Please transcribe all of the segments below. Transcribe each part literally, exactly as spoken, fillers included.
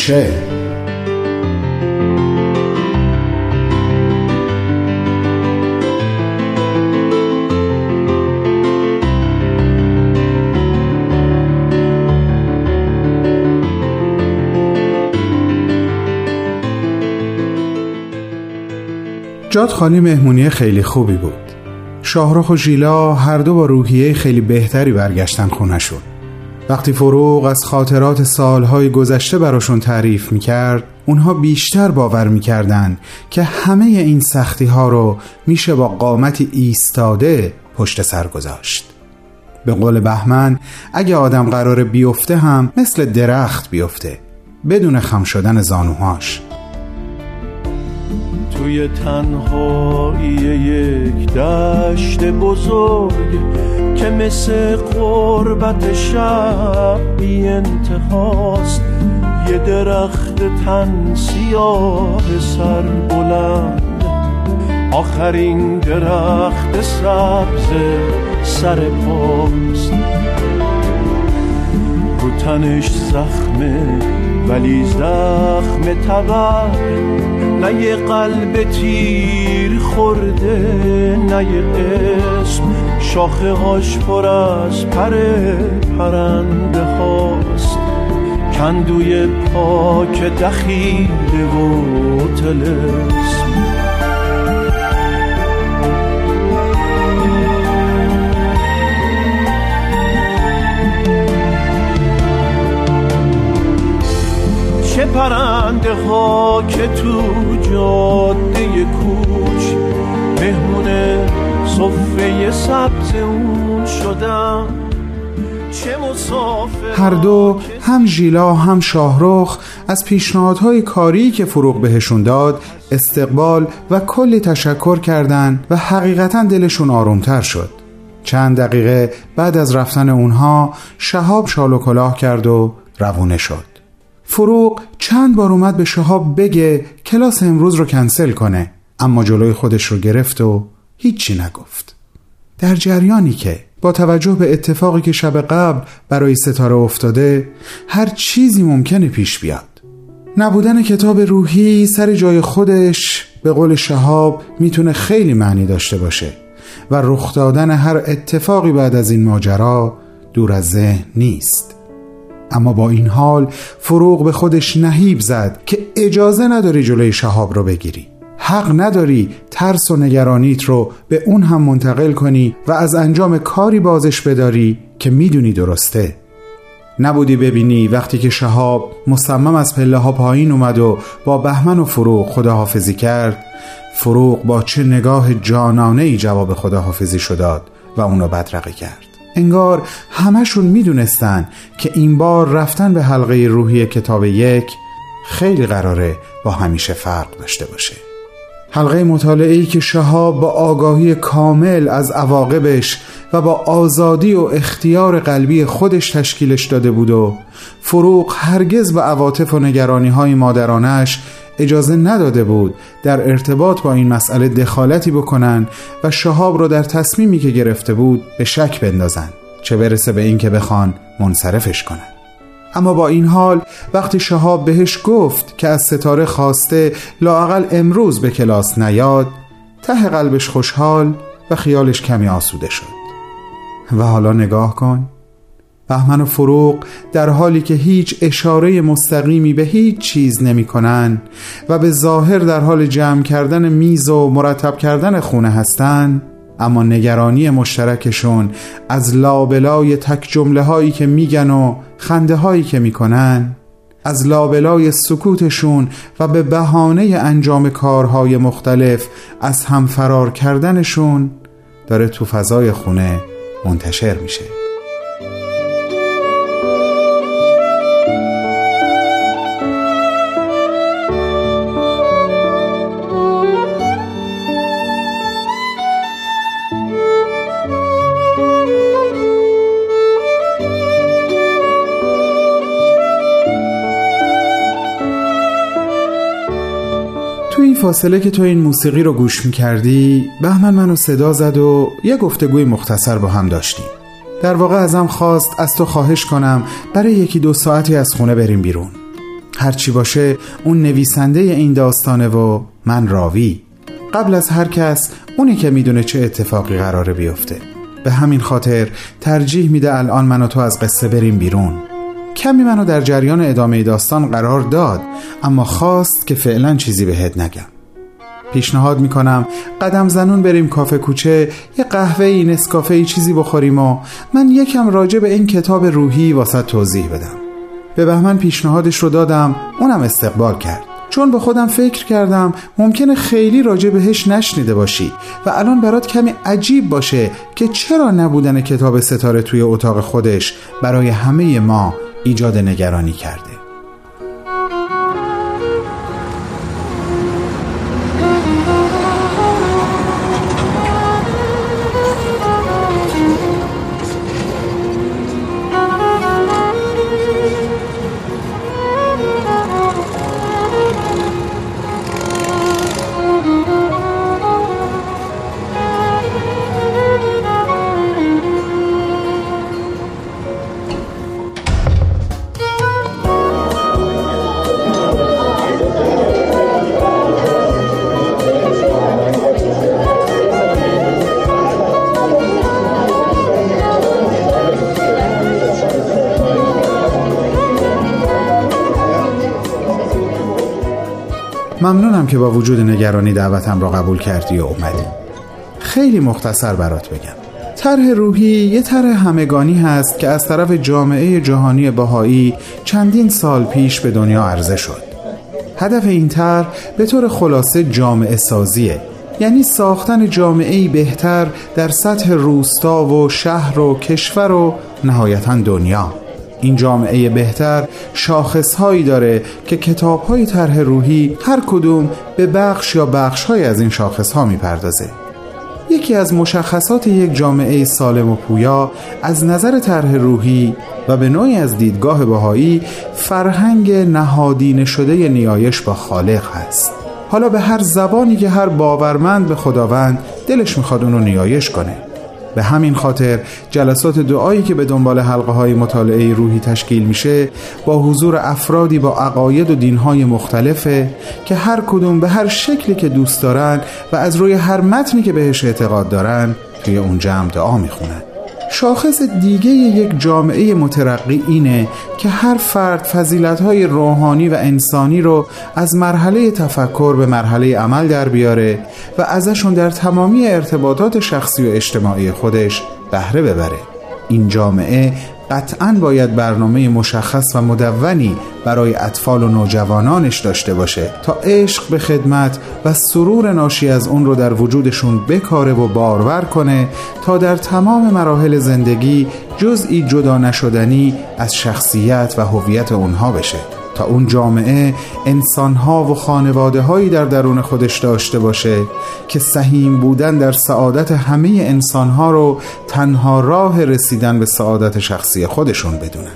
میشه. جاد خالی مهمونی خیلی خوبی بود. شاهرخ و ژیلا هر دو با روحیه خیلی بهتری برگشتن خونه‌شون. وقتی فروغ از خاطرات سالهای گذشته براشون تعریف میکرد، اونها بیشتر باور میکردن که همه این سختی ها رو میشه با قامتی ایستاده پشت سر گذاشت. به قول بهمن، اگه آدم قراره بیفته هم مثل درخت بیفته، بدون خم شدن زانوهاش. توی تنهایی یک دشت بزرگ که مثل قربت شب بی انتهاست، یه درخت تن سیاه سر بلند، آخرین درخت سبز سر پاست. رو تنش زخمه ولی زخم تبر، نه یه قلب تیر خورده نه یه اسم، شاخه هاش پر از پر پرنده هاست، کندوی پاک دخیله و طلسم. چه پرنده ها که تو جاده کوچ مهمون صفه سبز اون شدن، چه مسافر. هر دو، هم ژیلا هم شاهرخ، از پیشنهادهای کاری که فروغ بهشون داد استقبال و کلی تشکر کردن و حقیقتا دلشون آرومتر شد. چند دقیقه بعد از رفتن اونها شهاب شال و کلاه کرد و روونه شد. فروغ چند بار اومد به شهاب بگه کلاس امروز رو کنسل کنه، اما جلوی خودش رو گرفت و هیچی نگفت. در جریانی که با توجه به اتفاقی که شب قبل برای ستاره افتاده هر چیزی ممکنه پیش بیاد. نبودن کتاب روحی سر جای خودش به قول شهاب میتونه خیلی معنی داشته باشه و رخ دادن هر اتفاقی بعد از این ماجرا دور از ذهن نیست. اما با این حال فروغ به خودش نهیب زد که اجازه نداری جلوی شهاب رو بگیری، حق نداری ترس و نگرانیت رو به اون هم منتقل کنی و از انجام کاری بازش بداری که میدونی درسته. نبودی ببینی وقتی که شهاب مصمم از پله ها پایین اومد و با بهمن و فروغ خداحافظی کرد، فروغ با چه نگاه جانانه ای جواب خداحافظی شد داد و اونو بدرقه کرد. انگار همشون میدونستن که این بار رفتن به حلقه روحی کتاب یک خیلی قراره با همیشه فرق داشته باشه. حلقه مطالعه‌ای که شهاب با آگاهی کامل از عواقبش و با آزادی و اختیار قلبی خودش تشکیلش داده بود و فروغ هرگز به عواطف و نگرانی‌های مادرانش اجازه نداده بود در ارتباط با این مسئله دخالتی بکنن و شهاب رو در تصمیمی که گرفته بود به شک بندازن، چه برسه به این که بخوان منصرفش کنن. اما با این حال وقتی شهاب بهش گفت که از ستاره خواسته لااقل امروز به کلاس نیاد، ته قلبش خوشحال و خیالش کمی آسوده شد. و حالا نگاه کن، بهمن و فروغ در حالی که هیچ اشاره مستقیمی به هیچ چیز نمی کنن و به ظاهر در حال جمع کردن میز و مرتب کردن خونه هستن، اما نگرانی مشترکشون از لابلای تک جمله هایی که میگن و خنده هایی که میکنن، از لابلای سکوتشون و به بهانه انجام کارهای مختلف از هم فرار کردنشون داره تو فضای خونه منتشر میشه. تو این فاصله که تو این موسیقی رو گوش میکردی، بهمن منو صدا زد و یه گفتگوی مختصر با هم داشتیم. در واقع ازم خواست از تو خواهش کنم برای یکی دو ساعتی از خونه بریم بیرون. هرچی باشه اون نویسنده این داستانه و من راوی. قبل از هر کس اونی که میدونه چه اتفاقی قراره بیفته. به همین خاطر ترجیح میده الان من و تو از قصه بریم بیرون. کمی منو در جریان ادامه داستان قرار داد، اما خواست که فعلا چیزی بهت نگم. پیشنهاد میکنم قدم زنون بریم کافه کوچه، یه قهوه‌ای، نسکافه‌ای چیزی بخوریم و من یکم راجع به این کتاب روحی واسه توضیح بدم. به بهمن پیشنهادش رو دادم، اونم استقبال کرد. چون به خودم فکر کردم ممکنه خیلی راجع بهش نشنیده باشی و الان برات کمی عجیب باشه که چرا نبودن کتاب ستاره توی اتاق خودش برای همه ما ایجاد نگرانی کرده. ممنونم که با وجود نگرانی دعوتم را قبول کردی و اومدی. خیلی مختصر برات بگم. طرح روحی یه طرح همگانی هست که از طرف جامعه جهانی بهایی چندین سال پیش به دنیا عرضه شد. هدف این طرح به طور خلاصه جامعه سازیه، یعنی ساختن جامعه‌ای بهتر در سطح روستا و شهر و کشور و نهایتاً دنیا. این جامعه بهتر شاخصهایی داره که کتاب‌های طرح روحی هر کدوم به بخش یا بخش‌های از این شاخصها می‌پردازه. یکی از مشخصات یک جامعه سالم و پویا از نظر طرح روحی و به نوعی از دیدگاه بهایی فرهنگ نهادینه شده نیایش با خالق هست. حالا به هر زبانی که هر باورمند به خداوند دلش میخواد اونو نیایش کنه. به همین خاطر جلسات دعایی که به دنبال حلقه های مطالعه روحی تشکیل میشه با حضور افرادی با عقاید و دینهای مختلفه که هر کدوم به هر شکلی که دوست دارن و از روی هر متنی که بهش اعتقاد دارن توی اون جمع دعا میخونن. شاخص دیگه یک جامعه مترقی اینه که هر فرد فضیلت‌های روحانی و انسانی رو از مرحله تفکر به مرحله عمل در بیاره و ازشون در تمامی ارتباطات شخصی و اجتماعی خودش بهره ببره. این جامعه قطعاً باید برنامه مشخص و مدونی برای اطفال و نوجوانانش داشته باشه تا عشق به خدمت و سرور ناشی از اون رو در وجودشون بکاره و بارور کنه تا در تمام مراحل زندگی جزئی جدا نشدنی از شخصیت و هویت اونها بشه، تا اون جامعه انسانها و خانواده‌هایی در درون خودش داشته باشه که سهیم بودن در سعادت همه انسانها رو تنها راه رسیدن به سعادت شخصی خودشون بدونن.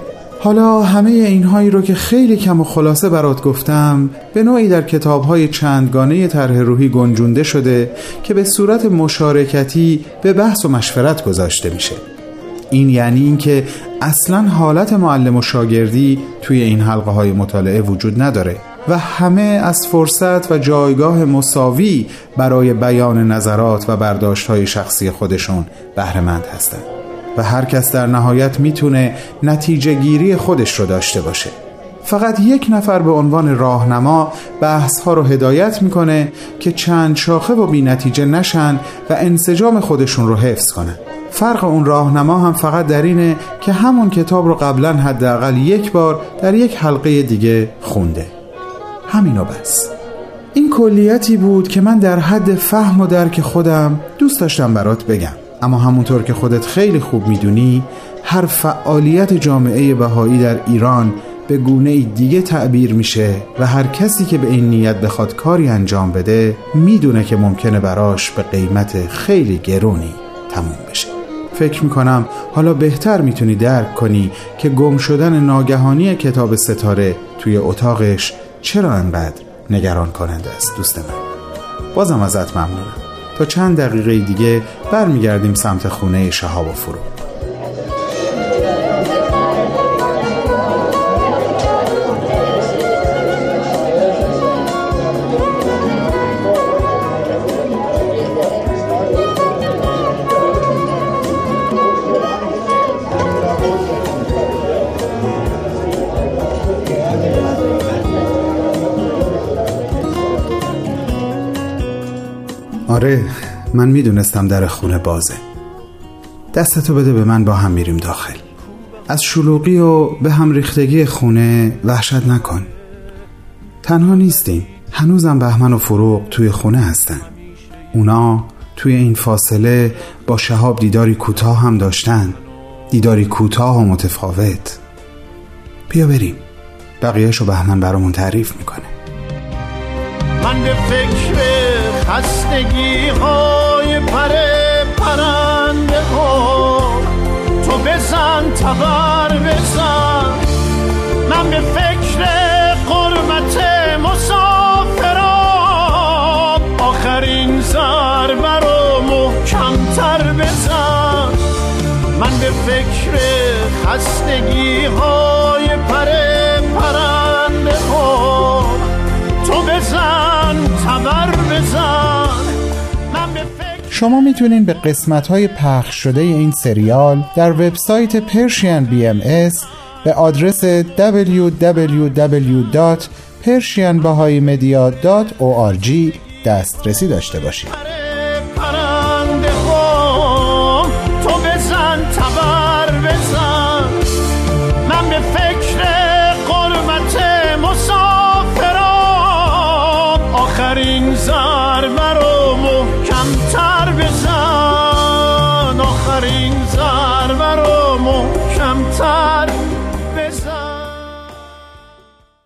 حالا همه اینهایی رو که خیلی کم و خلاصه برات گفتم به نوعی در کتاب‌های چندگانه طرح روحی گنجونده شده که به صورت مشارکتی به بحث و مشورت گذاشته میشه. این یعنی این که اصلاً حالت معلم و شاگردی توی این حلقه های مطالعه وجود نداره و همه از فرصت و جایگاه مساوی برای بیان نظرات و برداشت های شخصی خودشون بهره مند هستن و هر کس در نهایت میتونه نتیجه گیری خودش رو داشته باشه. فقط یک نفر به عنوان راهنما بحث ها رو هدایت میکنه که چند شاخه و بی نتیجه نشن و انسجام خودشون رو حفظ کنن. فرق اون راهنما هم فقط در اینه که همون کتاب رو قبلا حداقل یک بار در یک حلقه دیگه خونده. همینو بس. این کلیتی بود که من در حد فهم و درک خودم دوست داشتم برات بگم. اما همونطور که خودت خیلی خوب میدونی هر فعالیت جامعه بهایی در ایران به گونه دیگه تعبیر میشه و هر کسی که به این نیت بخواد کاری انجام بده میدونه که ممکنه براش به قیمت خیلی گرونی تموم بشه. فکر میکنم حالا بهتر میتونی درک کنی که گم شدن ناگهانی کتاب ستاره توی اتاقش چرا انقدر نگران کننده است. دوست من، بازم ازت ممنونم. تا چند دقیقه دیگه برمیگردیم سمت خونه شهاب و فروغ. آره، من میدونستم در خونه بازه. دستتو بده به من، با هم میریم داخل. از شلوغی و به هم ریختگی خونه وحشت نکن. تنها نیستیم، هنوزم بهمن و فروغ توی خونه هستن. اونا توی این فاصله با شهاب دیداری کوتاه هم داشتن، دیداری کوتاه و متفاوت. بیا بریم، بقیهشو بهمن برامون تعریف میکنه. من به فکر خستگی های پره پرنده ها، تو بزن تبر بزن. من به فکر قربت مسافران، آخرین ضربه رو محکمتر بزن. من به فکر خستگی های پره پرنده ها، تو بزن تبر بزن. من به فکر شما میتونین به قسمت‌های پخش شده این سریال در وبسایت پرشین بی ام اس به آدرس دبلیو دبلیو دبلیو دات پرشین بهایی مدیا دات او آر جی دسترسی داشته باشید. پرنده ها، تو بزن تبر بزن. من به فکر قربت مسافران، آخرین ضربه رو محکمتر بزن. آخرین ضربه رو محکمتر